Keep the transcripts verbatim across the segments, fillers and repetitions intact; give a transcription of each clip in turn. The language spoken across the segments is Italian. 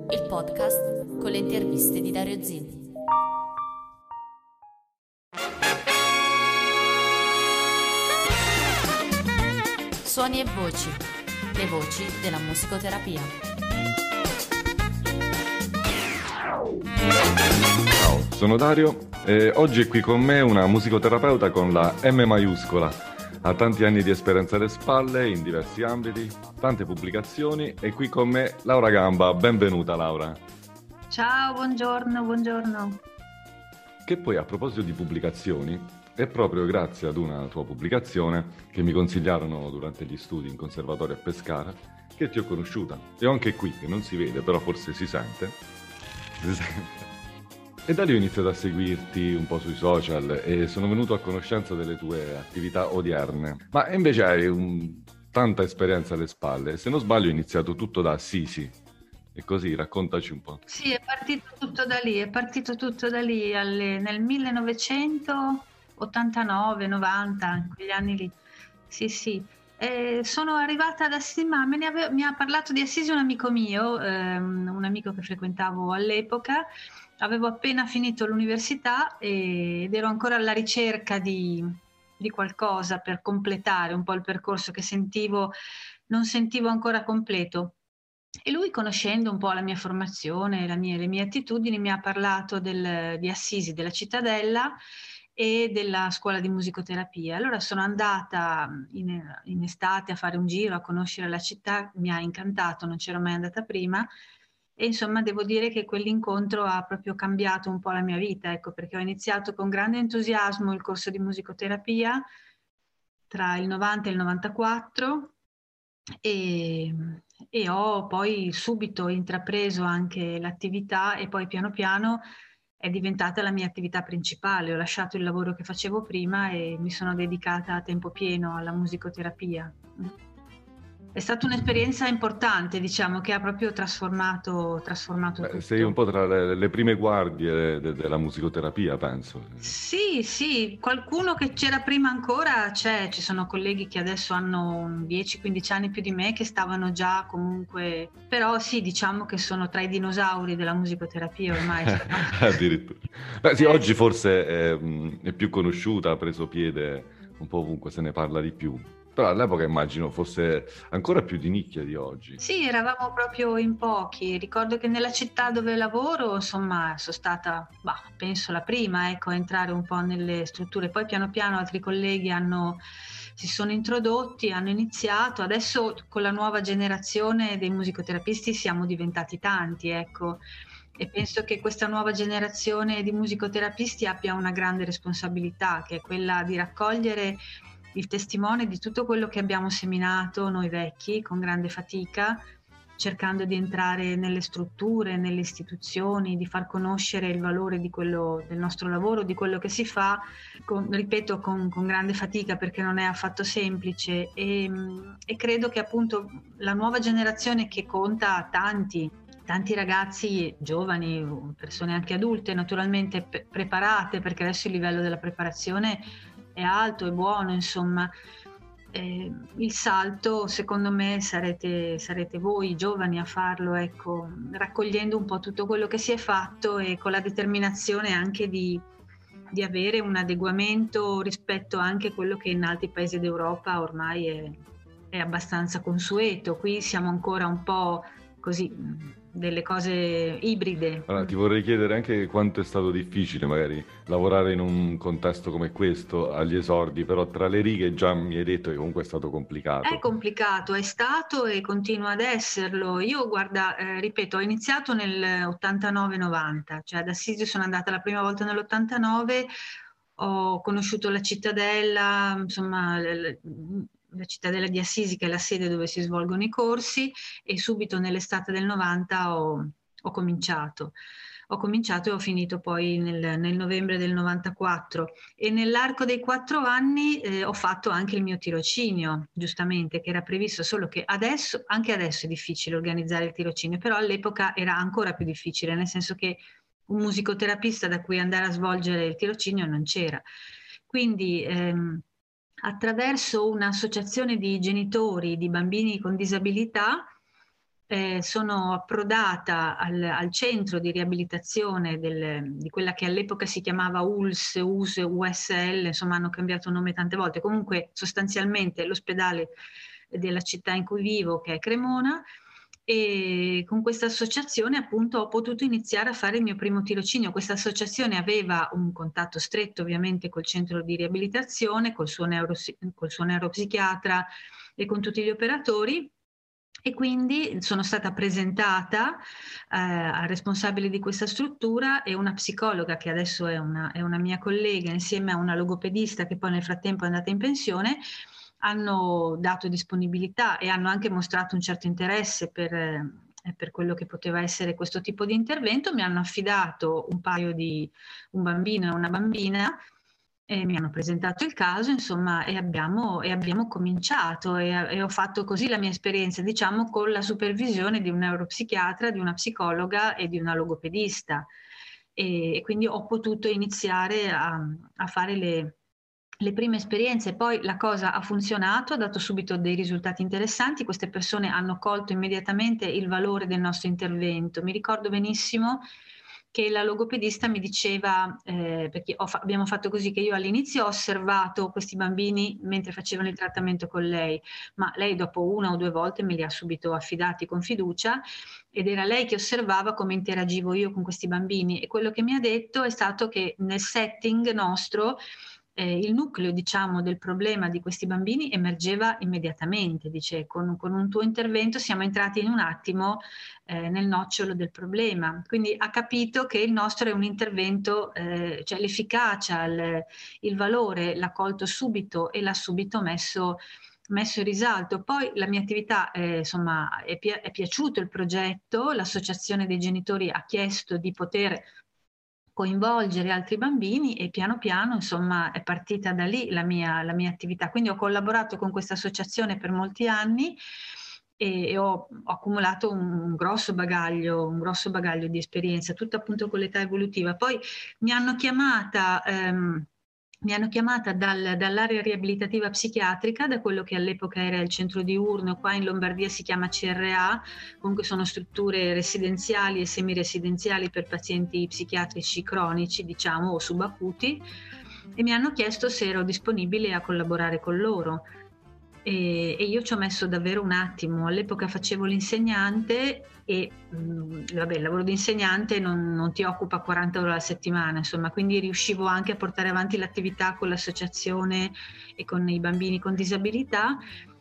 il podcast con le interviste di Dario Zilli. Suoni e voci, le voci della musicoterapia. Ciao, sono Dario e oggi è qui con me una musicoterapeuta con la M maiuscola. Ha tanti anni di esperienza alle spalle in diversi ambiti, tante pubblicazioni e qui con me Laura Gamba. Benvenuta Laura. Ciao, buongiorno, buongiorno. Che poi a proposito di pubblicazioni, è proprio grazie ad una tua pubblicazione che mi consigliarono durante gli studi in conservatorio a Pescara che ti ho conosciuta. E ho anche qui, che non si vede, però forse si sente. Si sente. E da lì ho iniziato a seguirti un po' sui social e sono venuto a conoscenza delle tue attività odierne. Ma invece hai un, tanta esperienza alle spalle. Se non sbaglio, hai iniziato tutto da Assisi. E così, raccontaci un po'. Sì, è partito tutto da lì, è partito tutto da lì alle, nel millenovecentottantanove novanta, in quegli anni lì. Sì, sì. E sono arrivata ad Assisi, ma me ne ave, mi ha parlato di Assisi un amico mio, ehm, un amico che frequentavo all'epoca. Avevo appena finito l'università ed ero ancora alla ricerca di, di qualcosa per completare un po' il percorso che sentivo, non sentivo ancora completo. E lui, conoscendo un po' la mia formazione, la mia, le mie attitudini, mi ha parlato del, di Assisi, della Cittadella e della scuola di musicoterapia. Allora sono andata in, in estate a fare un giro, a conoscere la città, mi ha incantato, non c'ero mai andata prima. E insomma devo dire che quell'incontro ha proprio cambiato un po' la mia vita, ecco, perché ho iniziato con grande entusiasmo il corso di musicoterapia tra il novanta e il novantaquattro e, e ho poi subito intrapreso anche l'attività e poi piano piano è diventata la mia attività principale. Ho lasciato il lavoro che facevo prima e mi sono dedicata a tempo pieno alla musicoterapia. È stata un'esperienza importante, diciamo, che ha proprio trasformato, trasformato Beh, tutto. sei un po' tra le, le prime guardie de, della musicoterapia, penso. Sì, sì, qualcuno che c'era prima ancora c'è, ci sono colleghi che adesso hanno dieci quindici anni più di me che stavano già comunque, però sì, diciamo che sono tra i dinosauri della musicoterapia ormai. Addirittura. Beh, sì, Eh, oggi forse è, è più conosciuta, ha preso piede un po' ovunque, se ne parla di più. Però all'epoca immagino fosse ancora più di nicchia di oggi. Sì, eravamo proprio in pochi. Ricordo che nella città dove lavoro, insomma, sono stata, bah, penso la prima, ecco, a entrare un po' nelle strutture. Poi piano piano altri colleghi hanno, si sono introdotti, hanno iniziato. Adesso con la nuova generazione dei musicoterapisti siamo diventati tanti, ecco. E penso che questa nuova generazione di musicoterapisti abbia una grande responsabilità, che è quella di raccogliere il testimone di tutto quello che abbiamo seminato noi vecchi con grande fatica, cercando di entrare nelle strutture, nelle istituzioni, di far conoscere il valore di quello, del nostro lavoro, di quello che si fa, con, ripeto, con, con grande fatica perché non è affatto semplice e, e credo che appunto la nuova generazione che conta tanti, tanti ragazzi giovani, persone anche adulte, naturalmente pe- preparate, perché adesso il livello della preparazione è alto, è buono, insomma. Eh, il salto, secondo me, sarete, sarete voi giovani a farlo, ecco, raccogliendo un po' tutto quello che si è fatto e con la determinazione anche di, di avere un adeguamento rispetto anche a quello che in altri paesi d'Europa ormai è, è abbastanza consueto. Qui siamo ancora un po' così, delle cose ibride. Allora, ti vorrei chiedere anche quanto è stato difficile magari lavorare in un contesto come questo agli esordi, però tra le righe già mi hai detto che comunque è stato complicato. È complicato, è stato e continua ad esserlo. Io, guarda, eh, ripeto, ho iniziato nel ottantanove novanta, cioè ad Assisi sono andata la prima volta nell'ottantanove, ho conosciuto la Cittadella, insomma, l- l- la Cittadella di Assisi, che è la sede dove si svolgono i corsi, e subito nell'estate del novanta ho, ho cominciato. Ho cominciato e ho finito poi nel, nel novembre del novantaquattro e nell'arco dei quattro anni eh, ho fatto anche il mio tirocinio, giustamente, che era previsto, solo che adesso, anche adesso è difficile organizzare il tirocinio, però all'epoca era ancora più difficile, nel senso che un musicoterapista da cui andare a svolgere il tirocinio non c'era. Quindi ehm, attraverso un'associazione di genitori di bambini con disabilità eh, sono approdata al, al centro di riabilitazione del, di quella che all'epoca si chiamava U L S, U S, U S L, insomma hanno cambiato nome tante volte, comunque sostanzialmente l'ospedale della città in cui vivo, che è Cremona, e con questa associazione appunto ho potuto iniziare a fare il mio primo tirocinio. Questa associazione aveva un contatto stretto ovviamente col centro di riabilitazione, col suo, neuro, col suo neuropsichiatra e con tutti gli operatori, e quindi sono stata presentata eh, al responsabile di questa struttura e una psicologa che adesso è una, è una mia collega, insieme a una logopedista che poi nel frattempo è andata in pensione, hanno dato disponibilità e hanno anche mostrato un certo interesse per, eh, per quello che poteva essere questo tipo di intervento. Mi hanno affidato un paio di, un bambino e una bambina, e mi hanno presentato il caso, insomma, e abbiamo, e abbiamo cominciato e, e ho fatto così la mia esperienza, diciamo, con la supervisione di un neuropsichiatra, di una psicologa e di una logopedista. E, e quindi ho potuto iniziare a, a fare le, le prime esperienze. Poi la cosa ha funzionato, ha dato subito dei risultati interessanti, queste persone hanno colto immediatamente il valore del nostro intervento. Mi ricordo benissimo che la logopedista mi diceva, eh, perché ho fa- abbiamo fatto così, che io all'inizio ho osservato questi bambini mentre facevano il trattamento con lei, ma lei dopo una o due volte me li ha subito affidati con fiducia, ed era lei che osservava come interagivo io con questi bambini, e quello che mi ha detto è stato che nel setting nostro eh, il nucleo, diciamo, del problema di questi bambini emergeva immediatamente. Dice, con, con un tuo intervento siamo entrati in un attimo eh, nel nocciolo del problema. Quindi ha capito che il nostro è un intervento, eh, cioè l'efficacia, il, il valore l'ha colto subito e l'ha subito messo messo in risalto. Poi la mia attività, eh, insomma, è, pi- è piaciuto il progetto, l'associazione dei genitori ha chiesto di poter coinvolgere altri bambini e piano piano, insomma, è partita da lì la mia, la mia attività. Quindi ho collaborato con questa associazione per molti anni e, e ho, ho accumulato un, un grosso bagaglio, un grosso bagaglio di esperienza, tutto appunto con l'età evolutiva. Poi mi hanno chiamata... Ehm, Mi hanno chiamata dal, dall'area riabilitativa psichiatrica, da quello che all'epoca era il centro diurno, qua in Lombardia si chiama C R A, comunque sono strutture residenziali e semiresidenziali per pazienti psichiatrici cronici, diciamo, o subacuti, e mi hanno chiesto se ero disponibile a collaborare con loro. E, e io ci ho messo davvero un attimo. All'epoca facevo l'insegnante e mh, vabbè, il lavoro di insegnante non, non ti occupa quaranta ore alla settimana, insomma, quindi riuscivo anche a portare avanti l'attività con l'associazione e con i bambini con disabilità,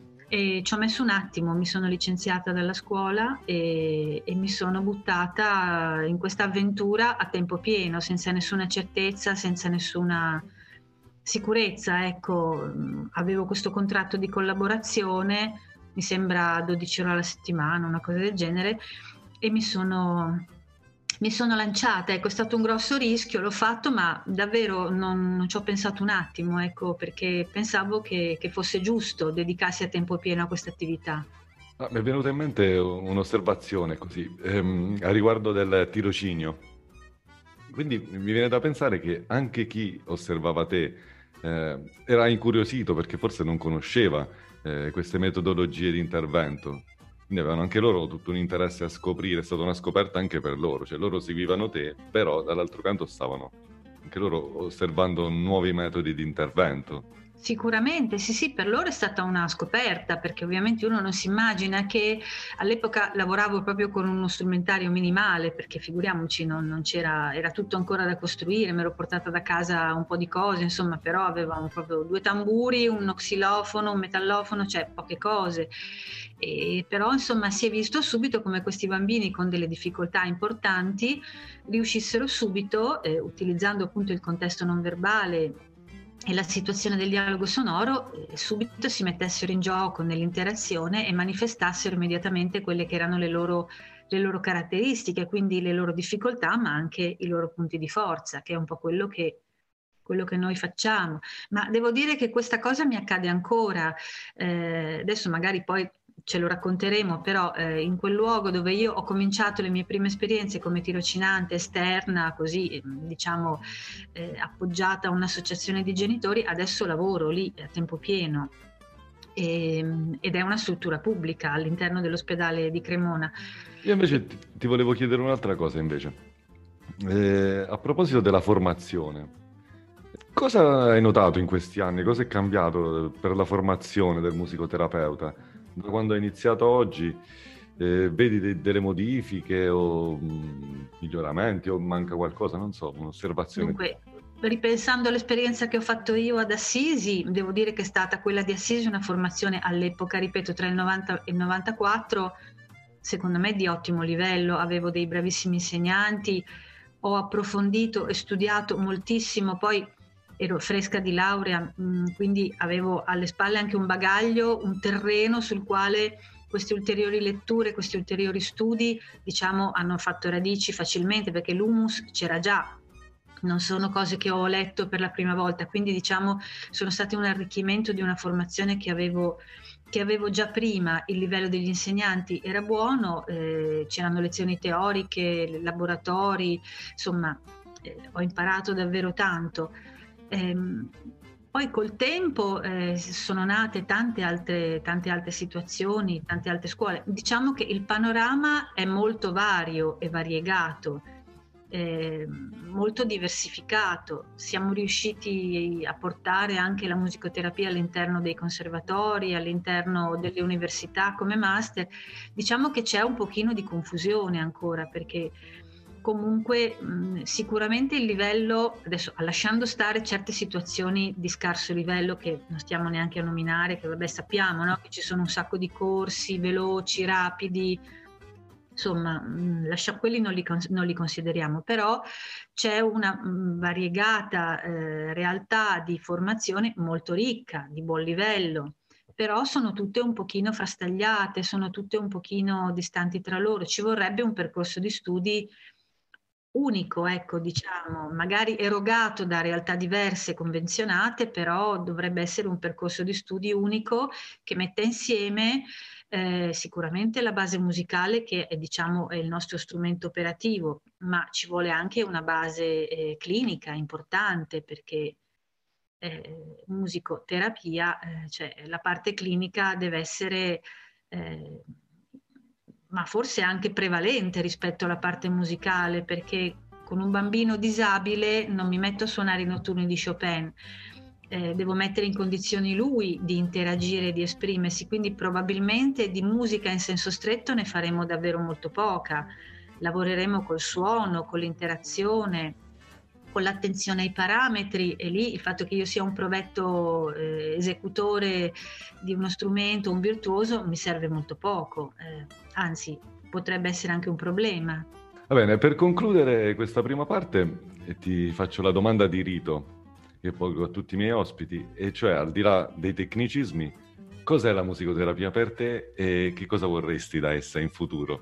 e ci ho messo un attimo. Mi sono licenziata dalla scuola e, e mi sono buttata in questa avventura a tempo pieno, senza nessuna certezza, senza nessuna sicurezza, ecco. Avevo questo contratto di collaborazione, mi sembra dodici ore alla settimana, una cosa del genere, e mi sono, mi sono lanciata. Ecco, è stato un grosso rischio, l'ho fatto, ma davvero non, non ci ho pensato un attimo, ecco, perché pensavo che, che fosse giusto dedicarsi a tempo pieno a questa attività. Ah, mi è venuta in mente un'osservazione così, ehm, a riguardo del tirocinio. Quindi mi viene da pensare che anche chi osservava te eh, era incuriosito perché forse non conosceva eh, queste metodologie di intervento. Quindi avevano anche loro tutto un interesse a scoprire, è stata una scoperta anche per loro, cioè loro seguivano te, però dall'altro canto stavano anche loro osservando nuovi metodi di intervento. Sicuramente, sì, sì, per loro è stata una scoperta, perché ovviamente uno non si immagina che all'epoca lavoravo proprio con uno strumentario minimale, perché figuriamoci, non, non c'era, era tutto ancora da costruire, mi ero portata da casa un po' di cose, insomma, però avevamo proprio due tamburi, uno xilofono, un metallofono, cioè poche cose. E, però insomma si è visto subito come questi bambini con delle difficoltà importanti riuscissero subito, eh, utilizzando appunto il contesto non verbale e la situazione del dialogo sonoro, eh, subito si mettessero in gioco nell'interazione e manifestassero immediatamente quelle che erano le loro, le loro caratteristiche, quindi le loro difficoltà, ma anche i loro punti di forza, che è un po' quello che, quello che noi facciamo. Ma devo dire che questa cosa mi accade ancora. Eh, adesso magari poi ce lo racconteremo, però eh, in quel luogo dove io ho cominciato le mie prime esperienze come tirocinante esterna, così diciamo eh, appoggiata a un'associazione di genitori, adesso lavoro lì a tempo pieno. e, ed è una struttura pubblica all'interno dell'ospedale di Cremona. Io invece ti, ti volevo chiedere un'altra cosa invece. Eh, a proposito della formazione, cosa hai notato in questi anni? Cosa è cambiato per la formazione del musicoterapeuta? Da quando hai iniziato a oggi, eh, vedi de- delle modifiche o mh, miglioramenti o manca qualcosa? Non so, un'osservazione. Dunque, ripensando all'esperienza che ho fatto io ad Assisi, devo dire che è stata quella di Assisi una formazione all'epoca, ripeto, tra il novanta e il novantaquattro, secondo me di ottimo livello. Avevo dei bravissimi insegnanti, ho approfondito e studiato moltissimo, poi ero fresca di laurea, quindi avevo alle spalle anche un bagaglio, un terreno sul quale queste ulteriori letture, questi ulteriori studi, diciamo, hanno fatto radici facilmente, perché l'humus c'era già. Non sono cose che ho letto per la prima volta, quindi diciamo sono state un arricchimento di una formazione che avevo, che avevo già prima. Il livello degli insegnanti era buono, eh, c'erano lezioni teoriche, laboratori, insomma eh, ho imparato davvero tanto. Ehm, poi col tempo eh, sono nate tante altre, tante altre situazioni, tante altre scuole. Diciamo che il panorama è molto vario e variegato. Eh, molto diversificato. Siamo riusciti a portare anche la musicoterapia all'interno dei conservatori, all'interno delle università come master. Diciamo che c'è un pochino di confusione ancora, perché comunque mh, sicuramente il livello, adesso lasciando stare certe situazioni di scarso livello che non stiamo neanche a nominare, che vabbè sappiamo, no? Che ci sono un sacco di corsi veloci, rapidi, insomma, lascia, quelli non li, non li consideriamo, però c'è una mh, variegata eh, realtà di formazione molto ricca, di buon livello, però sono tutte un pochino frastagliate, sono tutte un pochino distanti tra loro. Ci vorrebbe un percorso di studi unico, ecco, diciamo, magari erogato da realtà diverse, convenzionate, però dovrebbe essere un percorso di studi unico che metta insieme Eh, sicuramente la base musicale, che è, diciamo, è il nostro strumento operativo, ma ci vuole anche una base eh, clinica importante, perché eh, musicoterapia, eh, cioè la parte clinica deve essere eh, ma forse anche prevalente rispetto alla parte musicale, perché con un bambino disabile non mi metto a suonare i notturni di Chopin. Eh, devo mettere in condizioni lui di interagire, di esprimersi, quindi probabilmente di musica in senso stretto ne faremo davvero molto poca. Lavoreremo col suono, con l'interazione, con l'attenzione ai parametri, e lì il fatto che io sia un provetto eh, esecutore di uno strumento, un virtuoso, mi serve molto poco, eh, anzi potrebbe essere anche un problema. Va bene, per concludere questa prima parte eh, ti faccio la domanda di rito che pongo a tutti i miei ospiti, e cioè, al di là dei tecnicismi, cos'è la musicoterapia per te e che cosa vorresti da essa in futuro?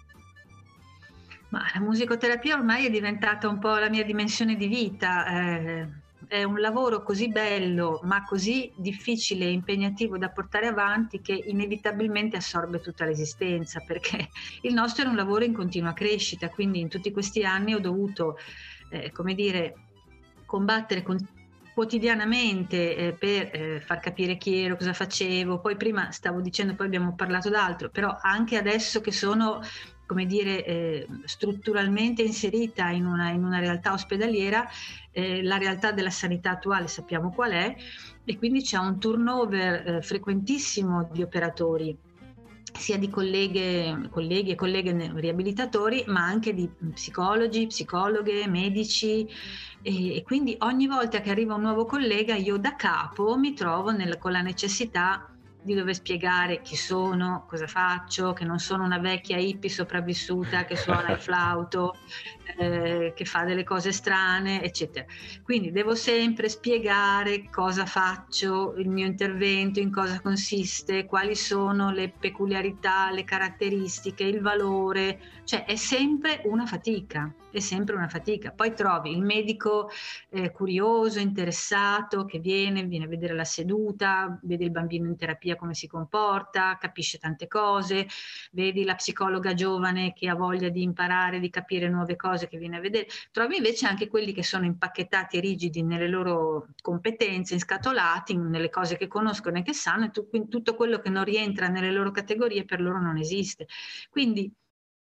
Ma la musicoterapia ormai è diventata un po' la mia dimensione di vita, eh, è un lavoro così bello ma così difficile e impegnativo da portare avanti che inevitabilmente assorbe tutta l'esistenza, perché il nostro è un lavoro in continua crescita, quindi in tutti questi anni ho dovuto, eh, come dire, combattere con quotidianamente eh, per eh, far capire chi ero, cosa facevo. Poi prima stavo dicendo, poi abbiamo parlato d'altro, però anche adesso che sono, come dire, eh, strutturalmente inserita in una, in una realtà ospedaliera, eh, la realtà della sanità attuale sappiamo qual è, e quindi c'è un turnover eh, frequentissimo di operatori, sia di colleghe, colleghi e colleghe riabilitatori, ma anche di psicologi, psicologhe, medici, e, e quindi ogni volta che arriva un nuovo collega io da capo mi trovo nel, con la necessità di dover spiegare chi sono, cosa faccio, che non sono una vecchia hippie sopravvissuta che suona il flauto, eh, che fa delle cose strane, eccetera. Quindi devo sempre spiegare cosa faccio, il mio intervento, in cosa consiste, quali sono le peculiarità, le caratteristiche, il valore, cioè è sempre una fatica. è sempre una fatica. Poi trovi il medico eh, curioso, interessato, che viene, viene a vedere la seduta, vede il bambino in terapia come si comporta, capisce tante cose, vedi la psicologa giovane che ha voglia di imparare, di capire nuove cose, che viene a vedere. Trovi invece anche quelli che sono impacchettati e rigidi nelle loro competenze, inscatolati, nelle cose che conoscono e che sanno, e tu, tutto quello che non rientra nelle loro categorie per loro non esiste. Quindi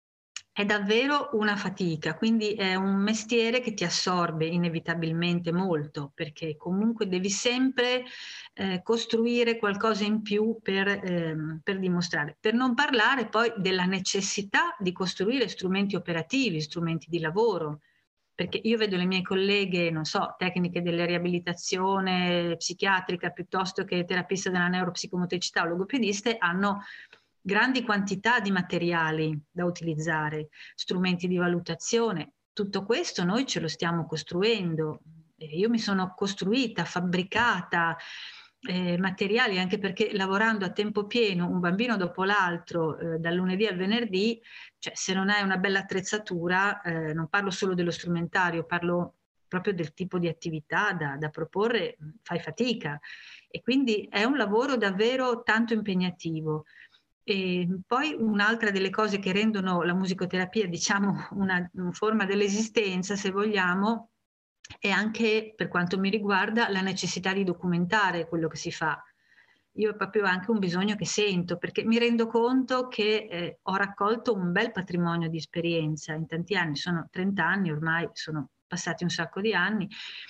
è davvero una fatica, quindi è un mestiere che ti assorbe inevitabilmente molto, perché comunque devi sempre eh, costruire qualcosa in più per, ehm, per dimostrare. Per non parlare poi della necessità di costruire strumenti operativi, strumenti di lavoro, perché io vedo le mie colleghe, non so, tecniche della riabilitazione psichiatrica piuttosto che terapista della neuropsicomotricità o logopediste, hanno grandi quantità di materiali da utilizzare, strumenti di valutazione. Tutto questo noi ce lo stiamo costruendo. Io mi sono costruita, fabbricata eh, materiali, anche perché lavorando a tempo pieno, un bambino dopo l'altro, eh, dal lunedì al venerdì, cioè se non hai una bella attrezzatura, eh, non parlo solo dello strumentario, parlo proprio del tipo di attività da, da proporre, fai fatica. E quindi è un lavoro davvero tanto impegnativo. E poi un'altra delle cose che rendono la musicoterapia, diciamo, una, una forma dell'esistenza, se vogliamo, è anche, per quanto mi riguarda, la necessità di documentare quello che si fa. Io ho proprio anche un bisogno che sento, perché mi rendo conto che eh, ho raccolto un bel patrimonio di esperienza in tanti anni, sono trenta anni ormai, sono passati un sacco di anni,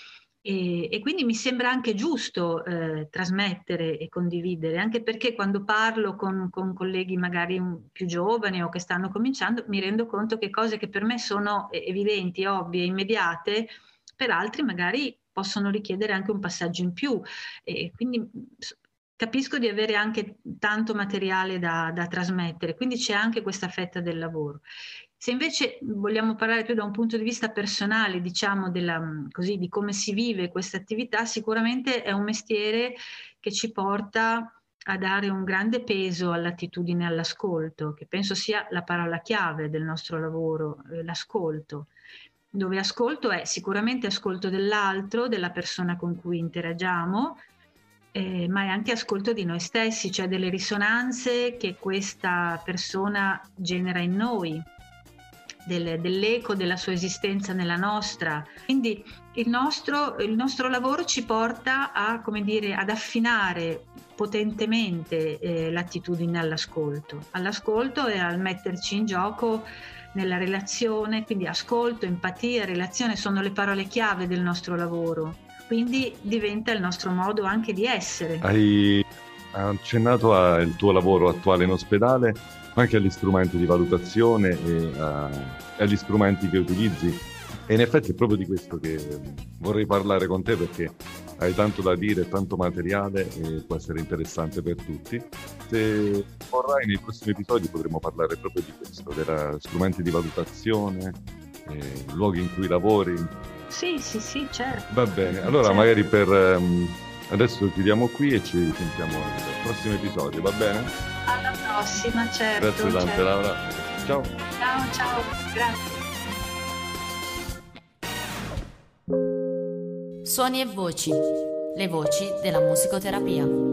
E, e quindi mi sembra anche giusto eh, trasmettere e condividere, anche perché quando parlo con, con colleghi magari un, più giovani o che stanno cominciando, mi rendo conto che cose che per me sono evidenti, ovvie, immediate, per altri magari possono richiedere anche un passaggio in più. E quindi capisco di avere anche tanto materiale da, da trasmettere, quindi c'è anche questa fetta del lavoro. Se invece vogliamo parlare più da un punto di vista personale, diciamo, della, così, di come si vive questa attività, sicuramente è un mestiere che ci porta a dare un grande peso all'attitudine all'ascolto, che penso sia la parola chiave del nostro lavoro, eh, l'ascolto, dove ascolto è sicuramente ascolto dell'altro, della persona con cui interagiamo, eh, ma è anche ascolto di noi stessi, cioè delle risonanze che questa persona genera in noi, Del, dell'eco della sua esistenza nella nostra. Quindi il nostro, il nostro lavoro ci porta a, come dire, ad affinare potentemente eh, l'attitudine all'ascolto, all'ascolto e al metterci in gioco nella relazione, quindi ascolto, empatia, relazione sono le parole chiave del nostro lavoro, quindi diventa il nostro modo anche di essere. Hai accennato al tuo lavoro attuale in ospedale, anche agli strumenti di valutazione e, a, e agli strumenti che utilizzi, e in effetti è proprio di questo che vorrei parlare con te, perché hai tanto da dire, tanto materiale e può essere interessante per tutti. Se vorrai, nei prossimi episodi potremo parlare proprio di questo, degli strumenti di valutazione, eh, luoghi in cui lavori. Sì, sì, sì, certo. Va bene, allora certo. Magari per um, adesso chiudiamo qui e ci sentiamo al prossimo episodio, va bene? Alla prossima, certo. Grazie tante, certo. Laura. Ciao. Ciao, ciao, grazie. Suoni e voci, le voci della musicoterapia.